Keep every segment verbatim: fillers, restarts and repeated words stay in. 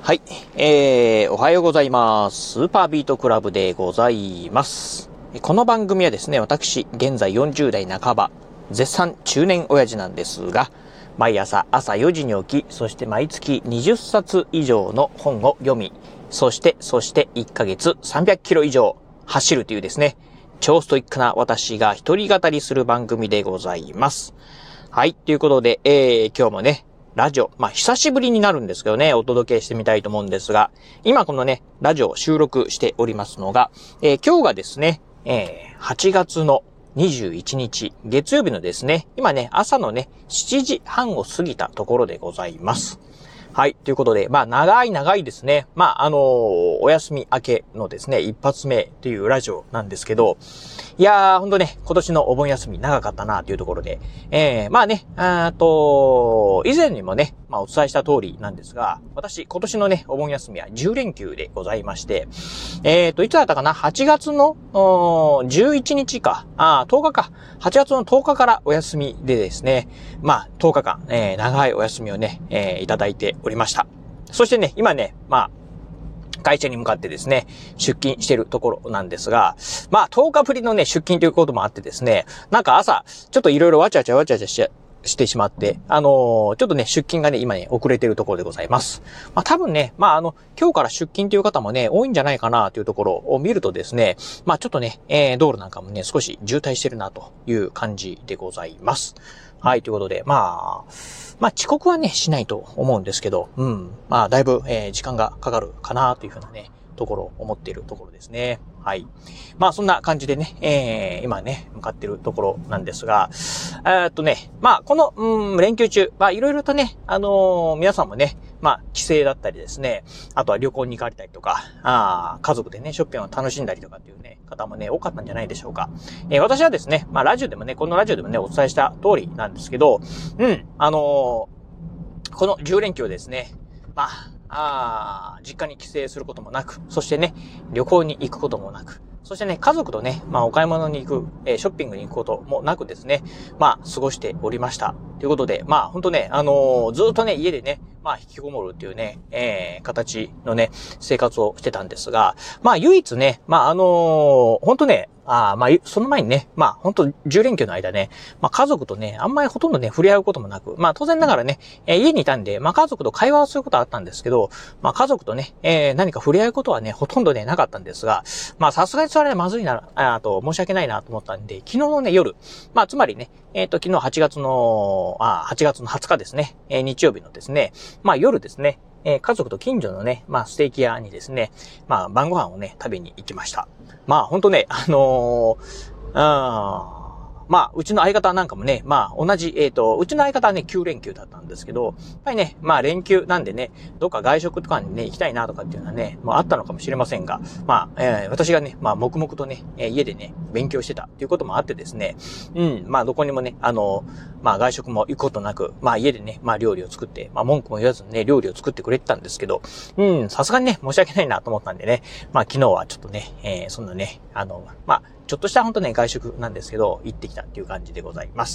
はい、えー、おはようございます。スーパービートクラブでございます。この番組はですね、私、現在よんじゅう代半ば、絶賛中年親父なんですが、毎朝朝よじに起き、そして毎月にじゅっさつ以上の本を読み、そして、そしていっかげつさんびゃっキロ以上走るというですね、超ストイックな私が一人語りする番組でございます。はい、ということで、えー、今日もね、ラジオ、まあ、久しぶりになるんですけどね、お届けしてみたいと思うんですが、今このね、ラジオを収録しておりますのが、えー、今日がですね、えー、はちがつのにじゅういちにち、月曜日のですね、今ね、朝のね、しちじはんを過ぎたところでございます。はい。ということで、まあ、長い長いですね。まあ、あのー、お休み明けのですね、一発目というラジオなんですけど、いやー、ほんとね、今年のお盆休み長かったなというところで、えー、まあね、あと、以前にもね、まあ、お伝えした通りなんですが、私、今年のね、お盆休みはじゅうれんきゅうでございまして、えーと、いつだったかな ?はちがつのじゅういちにちか、あ、とおかか、はちがつのとおかからお休みでですね、まあ、とおかかん、えー、長いお休みをね、えー、いただいておりました。そしてね、今ね、まあ、会社に向かってですね、出勤しているところなんですが、まあ、とおかぶりのね、出勤ということもあってですね、なんか朝、ちょっといろいろわちゃわちゃわちゃわちゃしちゃ、してしまって、あのー、ちょっとね、出勤がね、今ね、遅れているところでございます。まあ多分ね、まああの、今日から出勤という方もね、多いんじゃないかなというところを見るとですね、まあちょっとね、えー、道路なんかもね、少し渋滞してるなという感じでございます。はい、ということで、まあ、まあ遅刻はね、しないと思うんですけど、うん、まあだいぶ、えー、時間がかかるかなというふうなね、ところを思っているところですね。はい。まあそんな感じでね、えー、今ね、向かっているところなんですが、えーっとね、まあこの、うん、連休中、まあいろいろとね、あのー、皆さんもね、まあ帰省だったりですね、あとは旅行に行かれたりとか、あ家族でね、ショッピングを楽しんだりとかっていうね、方もね、多かったんじゃないでしょうか。えー、私はですね、まあラジオでもね、このラジオでもね、お伝えした通りなんですけど、うん、あのー、このじゅうれんきゅうですね、まあ、あ実家に帰省することもなく、そしてね、旅行に行くこともなく、そしてね、家族とね、まあお買い物に行く、えー、ショッピングに行くこともなくですね、まあ過ごしておりました。ということで、まあほんとね、あのー、ずっとね、家でね、まあ引きこもるっていうね、えー、形のね、生活をしてたんですが、まあ唯一ね、まああのー、ほんとね、ああ、まあ、その前にね、まあ、ほんとじゅうれんきゅうの間ね、まあ、家族とね、あんまりほとんどね、触れ合うこともなく、まあ、当然ながらね、えー、家にいたんで、まあ、家族と会話をすることはあったんですけど、まあ、家族とね、えー、何か触れ合うことはね、ほとんどね、なかったんですが、まあ、さすがにそれはまずいな、あと、申し訳ないなと思ったんで、昨日のね、夜、まあ、つまりね、えっと、昨日はちがつの、あ、はちがつのはつかですね、えー、日曜日のですね、まあ、夜ですね、えー、家族と近所のね、まあ、ステーキ屋にですね、まあ、晩ご飯をね、食べに行きました。まあ、ほんとね、あのー、あまあ、うちの相方なんかもね、まあ、同じ、えっと、うちの相方はね、きゅうれんきゅうだったんですけど、やっぱりね、まあ、連休なんでね、どっか外食とかにね、行きたいなとかっていうのはね、もうあったのかもしれませんが、まあ、えー、私がね、まあ、黙々とね、えー、家でね、勉強してたっていうこともあってですね、うん、まあ、どこにもね、あの、まあ、外食も行くことなく、まあ、家でね、まあ、料理を作って、まあ、文句も言わずにね、料理を作ってくれてたんですけど、うん、さすがにね、申し訳ないなと思ったんでね、まあ、昨日はちょっとね、えー、そんなね、あの、まあ、ちょっとした本当ね、外食なんですけど、行ってきたっていう感じでございます。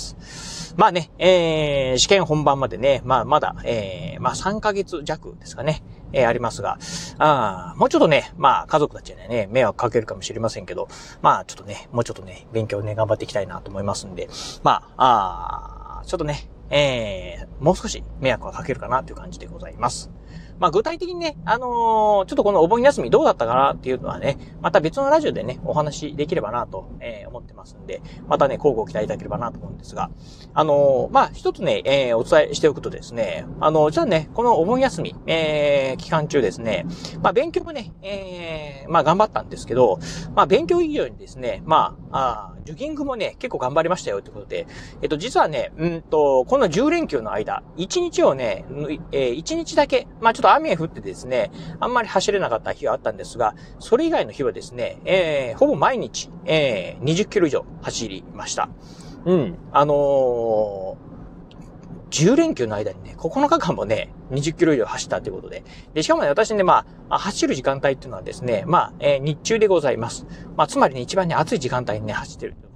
まあね、えー、試験本番までね、まあまだ、えー、まあさんかげつじゃくですかね、えー、ありますが、あもうちょっとね、まあ家族たちにね、迷惑かけるかもしれませんけど、まあちょっとね、もうちょっとね、勉強ね、頑張っていきたいなと思いますんで、まあ、あちょっとね、えー、もう少し迷惑はかけるかなという感じでございます。まあ具体的にね、あのー、ちょっとこのお盆休みどうだったかなっていうのはね、また別のラジオでね、お話できればなと、えー、思ってますんで、またね、交互期待いただければなと思うんですが、あのー、まあ一つね、えー、お伝えしておくとですね、あのー、じゃあね、このお盆休み、えー、期間中ですね、まあ勉強もね、えー、まあ頑張ったんですけど、まあ勉強以上にですね、まあ、あジョギングもね、結構頑張りましたよということで、えっと、実はね、うんと、このじゅうれんきゅうの間、いちにちをね、えー、いちにちだけ、まあちょっと雨降ってですね、あんまり走れなかった日があったんですが、それ以外の日はですね、えー、ほぼ毎日、えー、にじゅっキロ以上走りました。うん。あのー、じゅうれんきゅうの間にね、ここのかかんもね、にじゅっキロ以上走ったということで。で、しかもね、私ね、まあ、走る時間帯っていうのはですね、まあ、えー、日中でございます。まあ、つまりね、一番ね、暑い時間帯にね、走ってるということ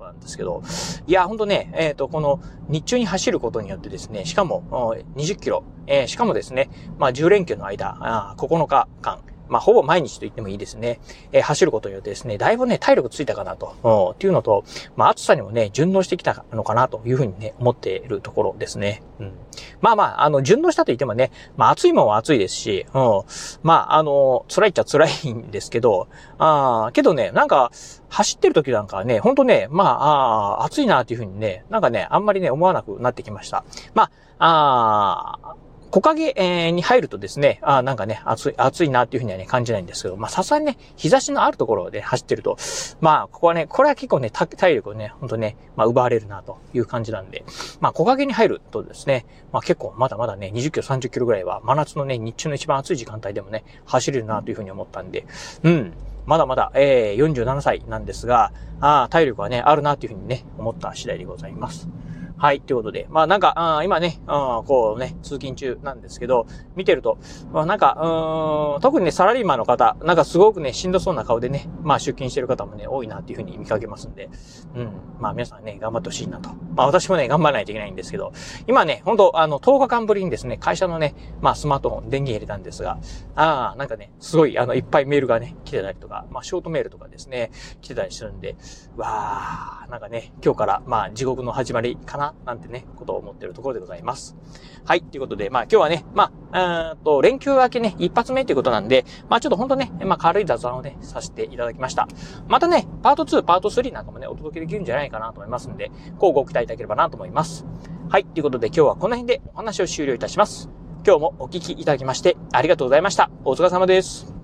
なんですけど、いや、ほんとね、えっと、この日中に走ることによってですね、しかもにじゅっキロ、えー、しかもですね、まあじゅう連休の間、あここのかかん、まあ、ほぼ毎日と言ってもいいですね。えー、走ることによってですね、だいぶね、体力ついたかなと、っていうのと、まあ、暑さにもね、順応してきたのかなというふうにね、思っているところですね。うん。まあまあ、あの、順応したと言ってもね、まあ、暑いもんは暑いですし、うん。まあ、あの、辛いっちゃ辛いんですけど、あけどね、なんか、走ってる時なんかはね、ほんとね、まあ、あ暑いなっていうふうにね、なんかね、あんまりね、思わなくなってきました。まあ、あ木陰に入るとですね、あなんかね、暑い、暑いなっていうふうにはね、感じないんですけど、まあ、さすがにね、日差しのあるところで走ってると、まあ、ここはね、これは結構ね、体力をね、ほんとね、まあ、奪われるなという感じなんで、まあ、木陰に入るとですね、まあ、結構まだまだね、にじゅっキロ、さんじゅっキロぐらいは、真夏のね、日中の一番暑い時間帯でもね、走れるなというふうに思ったんで、うん。まだまだ、えー、よんじゅうななさいなんですが、あ体力はね、あるなというふうにね、思った次第でございます。はい、ということで、まあなんか、あ今ね、あこうね、通勤中なんですけど、見てると、まあなんか、うーん、特にね、サラリーマンの方、なんかすごくね、しんどそうな顔でね、まあ出勤してる方もね、多いなっていうふうに見かけますんで、うん、まあ皆さんね、頑張ってほしいなと。まあ私もね、頑張らないといけないんですけど、今ね、ほんと、あの、とおかかんぶりにですね、会社のね、まあスマートフォン、電源入れたんですが、ああ、なんかね、すごい、あの、いっぱいメールがね、来てたりとか、まあショートメールとかですね、来てたりするんで、わー、なんかね、今日から、まあ地獄の始まりかな、なんてね、ことを思っているところでございます。はい。ということで、まあ今日はね、まあ、うーんと、連休明けね、一発目ということなんで、まあちょっとほんとね、まあ軽い雑談をね、させていただきました。またね、パートツー、パートスリーなんかもね、お届けできるんじゃないかなと思いますんで、こうご期待いただければなと思います。はい。ということで今日はこの辺でお話を終了いたします。今日もお聞きいただきましてありがとうございました。お疲れ様です。